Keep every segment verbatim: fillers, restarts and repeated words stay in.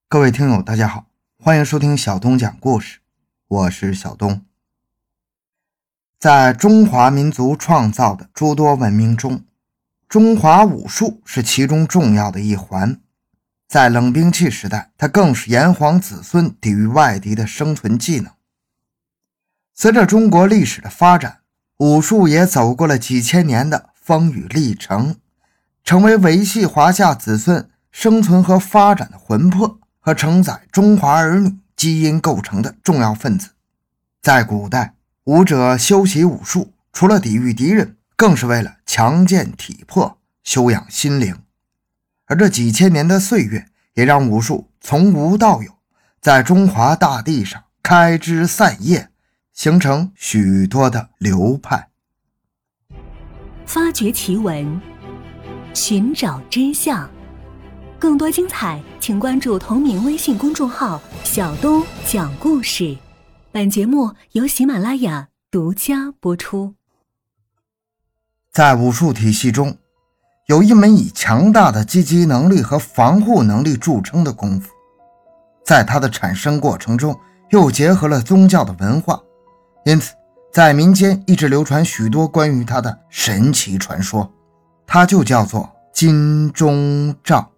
各位听友大家好，欢迎收听小东讲故事，我是小东。在中华民族创造的诸多文明中，中华武术是其中重要的一环。在冷兵器时代，它更是炎黄子孙抵御外敌的生存技能。随着中国历史的发展，武术也走过了几千年的风雨历程，成为维系华夏子孙生存和发展的魂魄和承载中华儿女基因构成的重要分子。在古代，武者修习武术，除了抵御敌人，更是为了强健体魄，修养心灵。而这几千年的岁月，也让武术从无到有，在中华大地上开枝散叶，形成许多的流派。 发掘奇闻，寻找真相，更多精彩请关注同名微信公众号小东讲故事。本节目由喜马拉雅独家播出。 在武术体系中，有一门以强大的击击能力和防护能力著称的功夫，在它的产生过程中又结合了宗教的文化，因此在民间一直流传许多关于它的神奇传说，它就叫做金钟罩。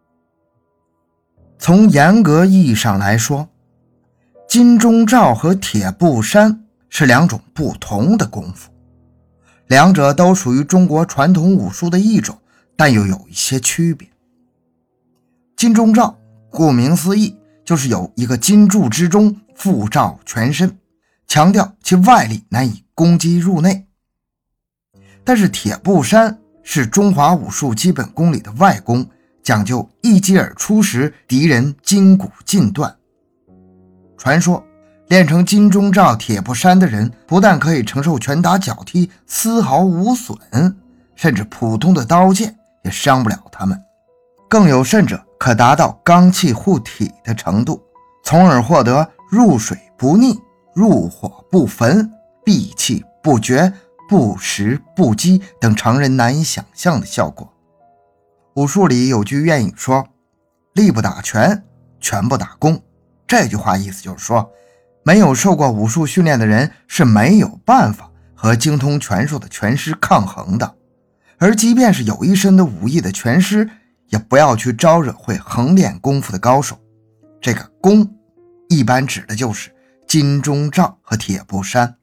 从严格意义上来说，金钟罩和铁布衫是两种不同的功夫，两者都属于中国传统武术的一种，但又有一些区别。金钟罩顾名思义，就是有一个金柱之中覆罩全身，强调其外力难以攻击入内。但是铁布衫是中华武术基本功里的外功，讲究一击而出时敌人筋骨尽断。传说练成金钟罩铁布衫的人，不但可以承受拳打脚踢丝毫无损，甚至普通的刀剑也伤不了他们，更有甚者可达到罡气护体的程度，从而获得入水不腻、入火不焚、闭气不绝、不食不饥等常人难以想象的效果。武术里有句谚语说，力不打拳，拳不打功。这句话意思就是说，没有受过武术训练的人是没有办法和精通拳术的拳师抗衡的，而即便是有一身的武艺的拳师，也不要去招惹会横练功夫的高手。这个功一般指的就是金钟罩和铁布衫。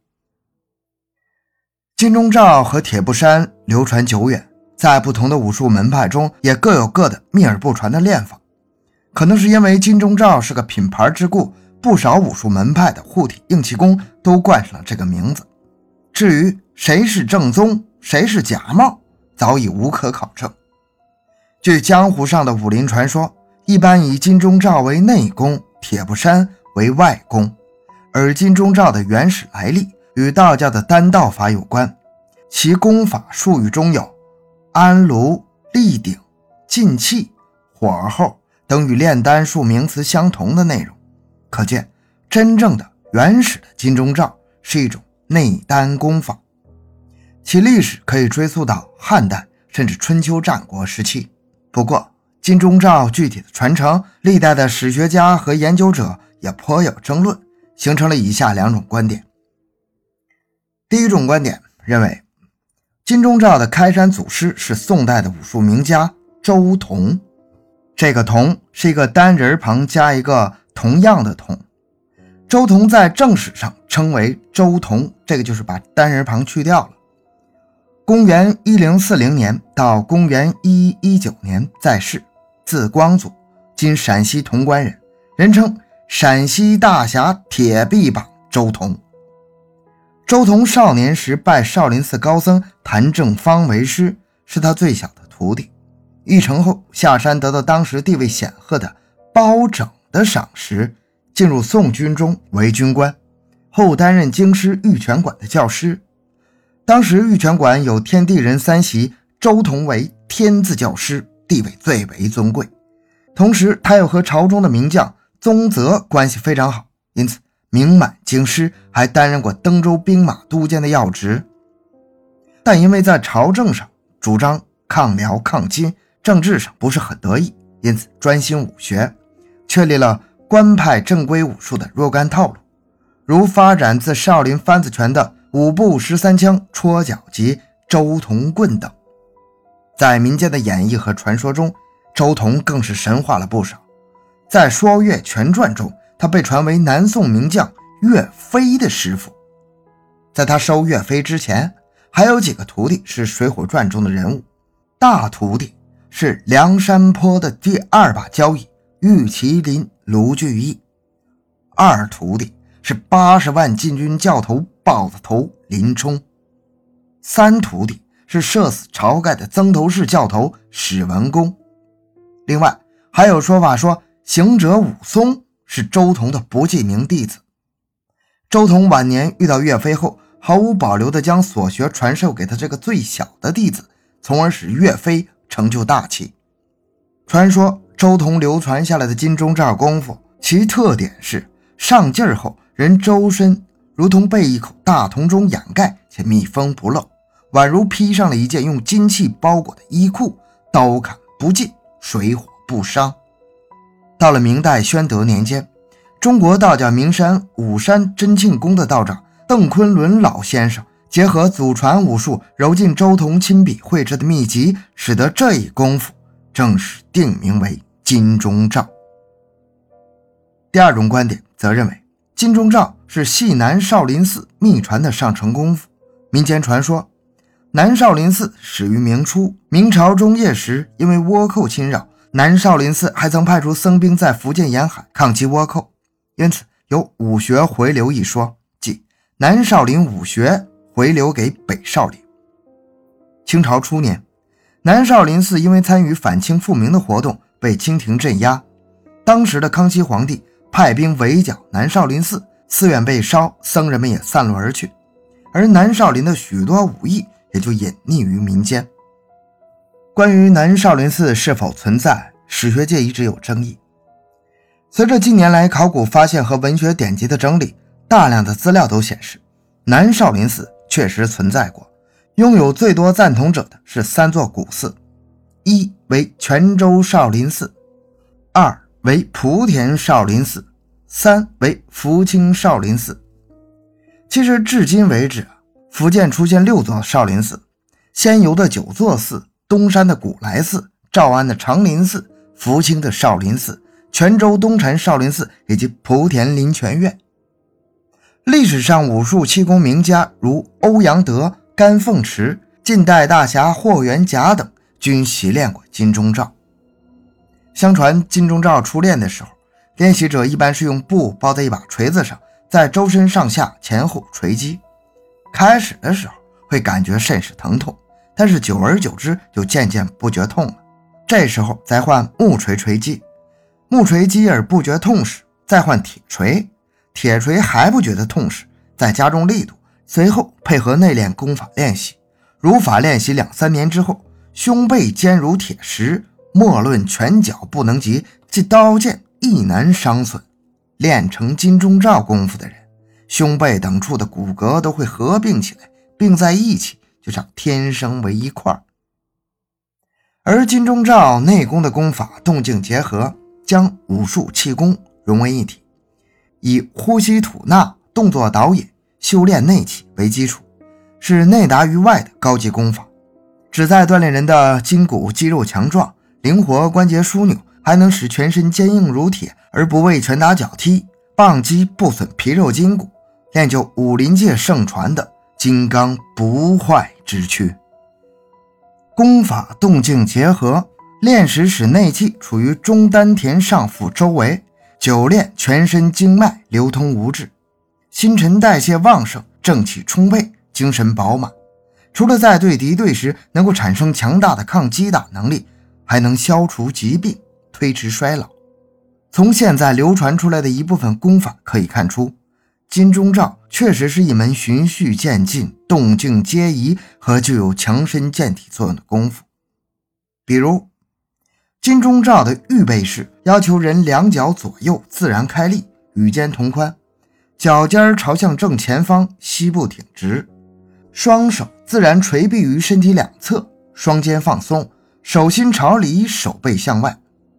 金钟罩和铁布衫流传久远，在不同的武术门派中也各有各的秘而不传的练法。可能是因为金钟罩是个品牌之故，不少武术门派的护体硬气功都冠上了这个名字。至于谁是正宗，谁是假冒，早已无可考证。据江湖上的武林传说，一般以金钟罩为内功，铁布衫为外功。而金钟罩的原始来历与道教的丹道法有关，其功法术语中有安炉、立顶、进气、火候等与炼丹术名词相同的内容，可见真正的原始的金钟罩是一种内丹功法，其历史可以追溯到汉代甚至春秋战国时期。不过金钟罩具体的传承，历代的史学家和研究者也颇有争论，形成了以下两种观点。第一种观点认为，金钟罩的开山祖师是宋代的武术名家周同。这个同是一个单人旁加一个同样的同，周同在正史上称为周同，这个就是把单人旁去掉了。公元一零四零年到公元一一一九年在世，字光祖，今陕西潼关人，人称陕西大侠铁臂膀周同。周同少年时拜少林寺高僧谭正方为师，是他最小的徒弟。一成后下山得到当时地位显赫的包拯的赏识，进入宋军中为军官，后担任京师玉泉馆的教师。当时玉泉馆有天地人三席，周同为天字教师，地位最为尊贵。同时他又和朝中的名将宗泽关系非常好，因此名满京师，还担任过登州兵马都监的要职。但因为在朝政上主张抗辽抗金，政治上不是很得意，因此专心武学， 确立了官派正规武术的若干套路，如发展自少林翻子拳的五步十三枪、戳脚及周同棍等。在民间的演绎和传说中，周同更是神化了不少。在《说岳全传》中，他被传为南宋名将岳飞的师傅。在他收岳飞之前，还有几个徒弟是《水浒传》中的人物。大徒弟是梁山坡的第二把交椅玉麒麟卢俊义，二徒弟是八十万禁军教头豹子头林冲，三徒弟是射死晁盖的曾头市教头史文恭。另外还有说法说行者武松是周同的不记名弟子。周同晚年遇到岳飞后，毫无保留地将所学传授给他这个最小的弟子，从而使岳飞成就大器。传说周同流传下来的金钟罩功夫，其特点是上劲儿后人周身如同被一口大铜钟掩盖且密封不漏，宛如披上了一件用金器包裹的衣裤，刀砍不进，水火不伤。到了明代宣德年间，中国道教名山武山真庆宫的道长邓昆仑老先生结合祖传武术揉进周同亲笔绘制的秘籍，使得这一功夫正式定名为金钟罩。第二种观点则认为，金钟罩是系南少林寺秘传的上乘功夫。民间传说，南少林寺始于明初，明朝中叶时因为倭寇侵扰，南少林寺还曾派出僧兵在福建沿海抗击倭寇，因此有武学回流一说，即南少林武学回流给北少林。清朝初年，南少林寺因为参与反清复明的活动被清廷镇压，当时的康熙皇帝派兵围剿南少林寺，寺院被烧，僧人们也散落而去，而南少林的许多武艺也就隐匿于民间。关于南少林寺是否存在，史学界一直有争议。随着近年来考古发现和文学典籍的整理，大量的资料都显示南少林寺确实存在过，拥有最多赞同者的是三座古寺，一为泉州少林寺，二为莆田少林寺，三为福清少林寺。其实至今为止，福建出现六座少林寺，仙游的九座寺，东山的古来寺，诏安的长林寺，福清的少林寺，泉州东禅少林寺以及莆田林泉院。历史上武术气功名家如欧阳德、甘凤池、近代大侠霍元甲等均习练过金钟罩。相传金钟罩初练的时候，练习者一般是用布包在一把锤子上，在周身上下前后锤击。开始的时候会感觉甚是疼痛，但是久而久之就渐渐不觉痛了。这时候再换木锤锤击，木锤击而不觉痛时，再换铁锤，铁锤还不觉得痛时，再加重力度，随后配合内练功法练习。如法练习两三年之后，胸背坚如铁石，莫论拳脚不能及，即刀剑亦难伤损。练成金钟罩功夫的人，胸背等处的骨骼都会合并起来，并在一起，就像天生为一块。而金钟罩内功的功法动静结合，将武术气功融为一体，以呼吸吐纳、动作导引、修炼内气为基础，是内达于外的高级功法，旨在锻炼人的筋骨肌肉强壮，灵活关节枢纽，还能使全身坚硬如铁，而不畏拳打脚踢、棒击不损皮肉筋骨，练就武林界盛传的金刚不坏之躯。功法动静结合，练时使内气处于中丹田上腹周围，久练全身经脉流通无滞，新陈代谢旺盛，正气充沛，精神饱满。除了在对敌对时能够产生强大的抗击打能力，还能消除疾病，推迟衰老。从现在流传出来的一部分功法可以看出，金钟罩确实是一门循序渐进、动静皆宜和具有强身健体作用的功夫。比如金钟罩的预备式要求人两脚左右自然开立，与肩同宽，脚尖朝向正前方，膝部挺直，双手自然垂臂于身体两侧，双肩放松，手心朝里，手背向外。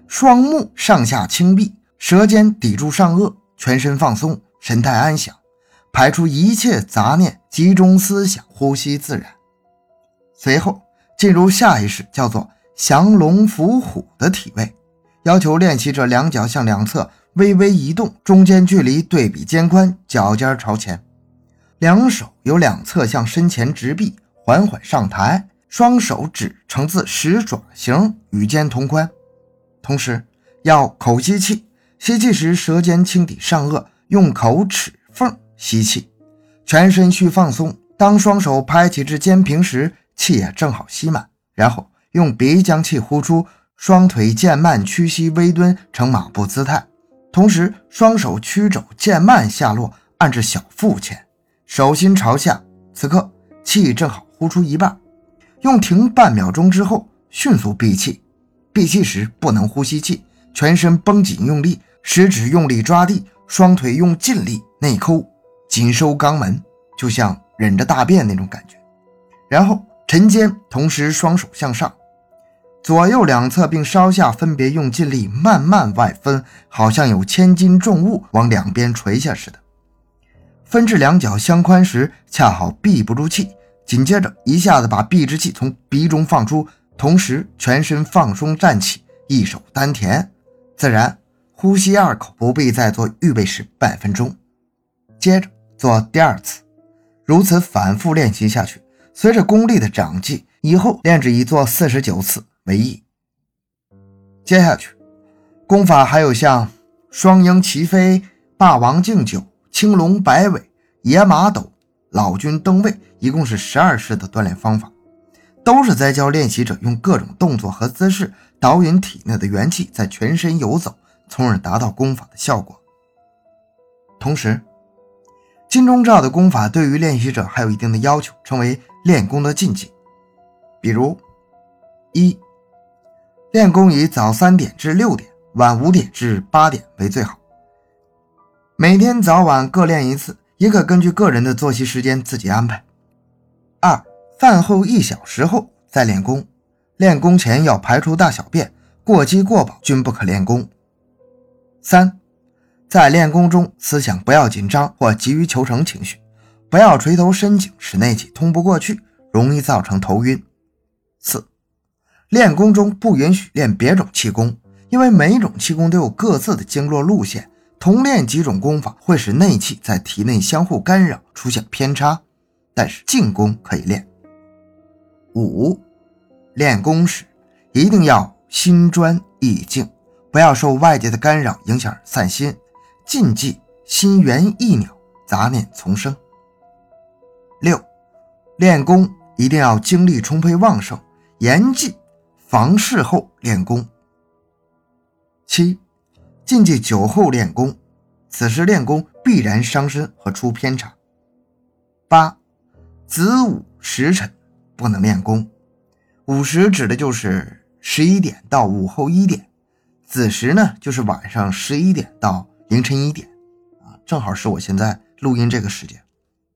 双目上下轻闭，舌尖抵住上颚，全身放松，神态安详，排除一切杂念，集中思想，呼吸自然。随后进入下意识叫做降龙伏虎的体位，要求练习者两脚向两侧微微移动，中间距离对比肩宽，脚尖朝前，两手由两侧向身前直臂，缓缓上抬，双手指呈自十爪形，与肩同宽。同时要口吸气，吸气时舌尖轻抵上颚，用口齿缝吸气，全身需放松。当双手拍起至肩平时，气也正好吸满，然后用鼻将气呼出，双腿渐慢屈膝微蹲成马步姿态，同时双手曲肘渐慢下落，按至小腹前，手心朝下。此刻气正好呼出一半，用停半秒钟之后迅速闭气。闭气时不能呼吸气，全身绷紧用力，食指用力抓地，双腿用尽力内抠，紧收肛门，就像忍着大便那种感觉。然后沉肩，同时双手向上，左右两侧并稍下分别用尽力慢慢外分，好像有千斤重物往两边垂下似的。分至两脚相宽时，恰好闭不住气，紧接着一下子把闭之气从鼻中放出，同时全身放松站起，一手丹田，自然呼吸二口，不必再做预备时半分钟。接着做第二次，如此反复练习下去，随着功力的长进，以后练至一做四十九次为宜。接下去功法还有像双鹰齐飞、霸王竞九、青龙摆尾、野马斗、老君登位，一共是十二式的锻炼方法，都是在教练习者用各种动作和姿势导引体内的元气在全身游走，从而达到功法的效果。同时金钟罩的功法对于练习者还有一定的要求，称为练功的禁忌。比如一、练功以早三点至六点，晚五点至八点为最好，每天早晚各练一次，也可根据个人的作息时间自己安排。二、饭后一小时后再练功，练功前要排除大小便，过饥过饱均不可练功。三、在练功中思想不要紧张或急于求成情绪，不要垂头伸颈，使内气通不过去，容易造成头晕。四、练功中不允许练别种气功，因为每一种气功都有各自的经络路线，同练几种功法会使内气在体内相互干扰，出现偏差，但是静功可以练。五、练功时一定要心专意静，不要受外界的干扰影响而散心，禁忌心猿意鸟，杂念丛生。六、练功一定要精力充沛旺盛，严禁房事后练功。七、禁忌酒后练功，此时练功必然伤身和出偏差。八、子午时辰不能练功，午时指的就是十一点到午后一点，子时呢就是晚上十一点到凌晨一点，啊，正好是我现在录音这个时间。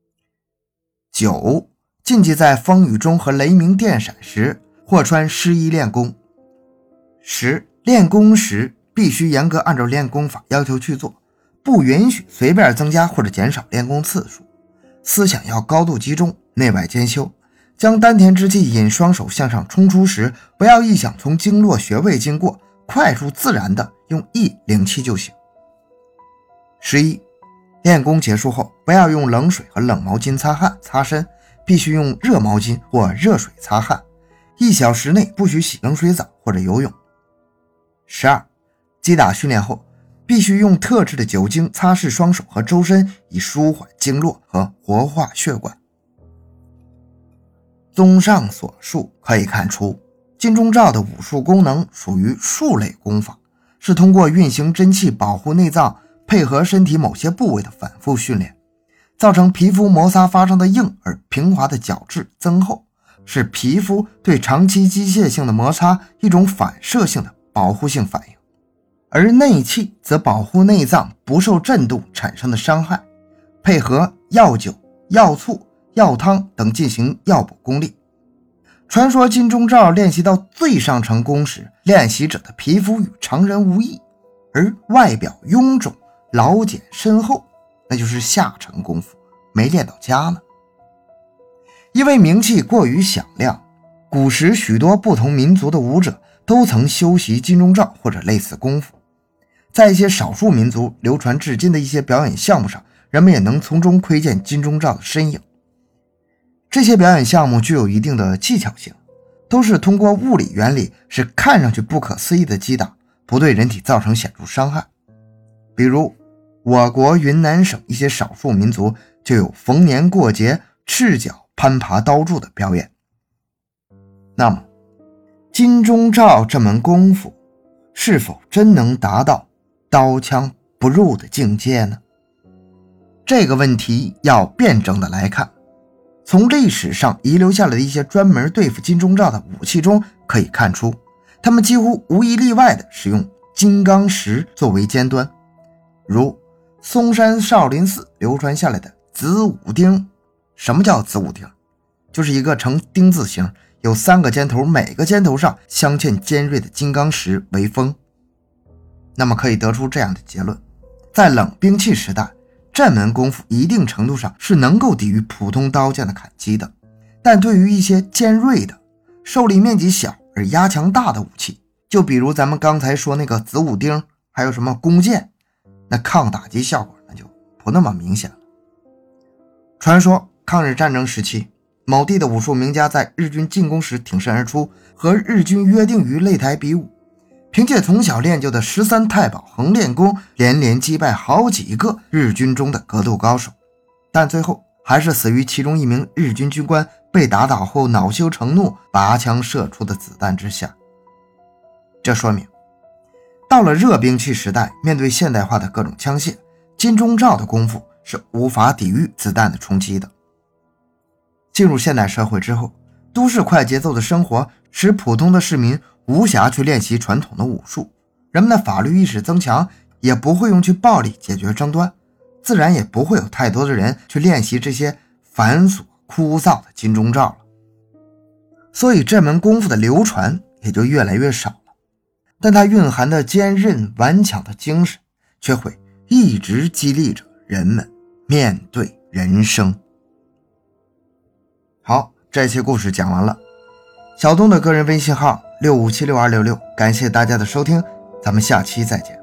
九、禁忌在风雨中和雷鸣电闪时或穿湿衣练功。十、练功时必须严格按照练功法要求去做，不允许随便增加或者减少练功次数，思想要高度集中，内外兼修。将丹田之气引双手向上冲出时，不要臆想从经络穴位经过，快速自然的用意领气就行。十一、练功结束后不要用冷水和冷毛巾擦汗擦身，必须用热毛巾或热水擦汗，一小时内不许洗冷水澡或者游泳。十二、击打训练后必须用特制的酒精擦拭双手和周身，以舒缓经络和活化血管。综上所述可以看出，金钟罩的武术功能属于术类功法，是通过运行真气保护内脏，配合身体某些部位的反复训练，造成皮肤摩擦发生的硬而平滑的角质增厚，是皮肤对长期机械性的摩擦一种反射性的保护性反应。而内气则保护内脏不受震动产生的伤害，配合药酒、药醋、药汤等进行药补功力。 传说金钟罩练习到最上乘功时，练习者的皮肤与常人无异，而外表臃肿、老茧深厚，那就是下乘功夫，没练到家呢。因为名气过于响亮，古时许多不同民族的武者都曾修习金钟罩或者类似功夫。在一些少数民族流传至今的一些表演项目上，人们也能从中窥见金钟罩的身影。这些表演项目具有一定的技巧性，都是通过物理原理使看上去不可思议的击打不对人体造成显著伤害。比如我国云南省一些少数民族就有逢年过节赤脚攀爬刀柱的表演。那么金钟罩这门功夫是否真能达到刀枪不入的境界呢？这个问题要辩证的来看。从历史上遗留下来的一些专门对付金钟罩的武器中可以看出，他们几乎无一例外地使用金刚石作为尖端，如嵩山少林寺流传下来的子午钉。什么叫子午钉？就是一个呈丁字形，有三个尖头，每个尖头上镶嵌尖锐的金刚石为锋。那么可以得出这样的结论，在冷兵器时代，这门功夫一定程度上是能够抵御普通刀剑的砍击的，但对于一些尖锐的、受力面积小而压强大的武器，就比如咱们刚才说那个子午钉，还有什么弓箭，那抗打击效果那就不那么明显了。传说抗日战争时期，某地的武术名家在日军进攻时挺身而出，和日军约定于擂台比武，凭借从小练就的十三太保横练功，连连击败好几个日军中的格斗高手，但最后还是死于其中一名日军军官被打倒后恼羞成怒，拔枪射出的子弹之下。这说明到了热兵器时代，面对现代化的各种枪械，金钟罩的功夫是无法抵御子弹的冲击的。进入现代社会之后，都市快节奏的生活使普通的市民无暇去练习传统的武术，人们的法律意识增强，也不会用去暴力解决争端，自然也不会有太多的人去练习这些繁琐枯燥的金钟罩了。所以这门功夫的流传也就越来越少了，但它蕴含的坚韧顽强的精神却会一直激励着人们面对人生。好，这期故事讲完了。小东的个人微信号六五七六二六六，感谢大家的收听，咱们下期再见。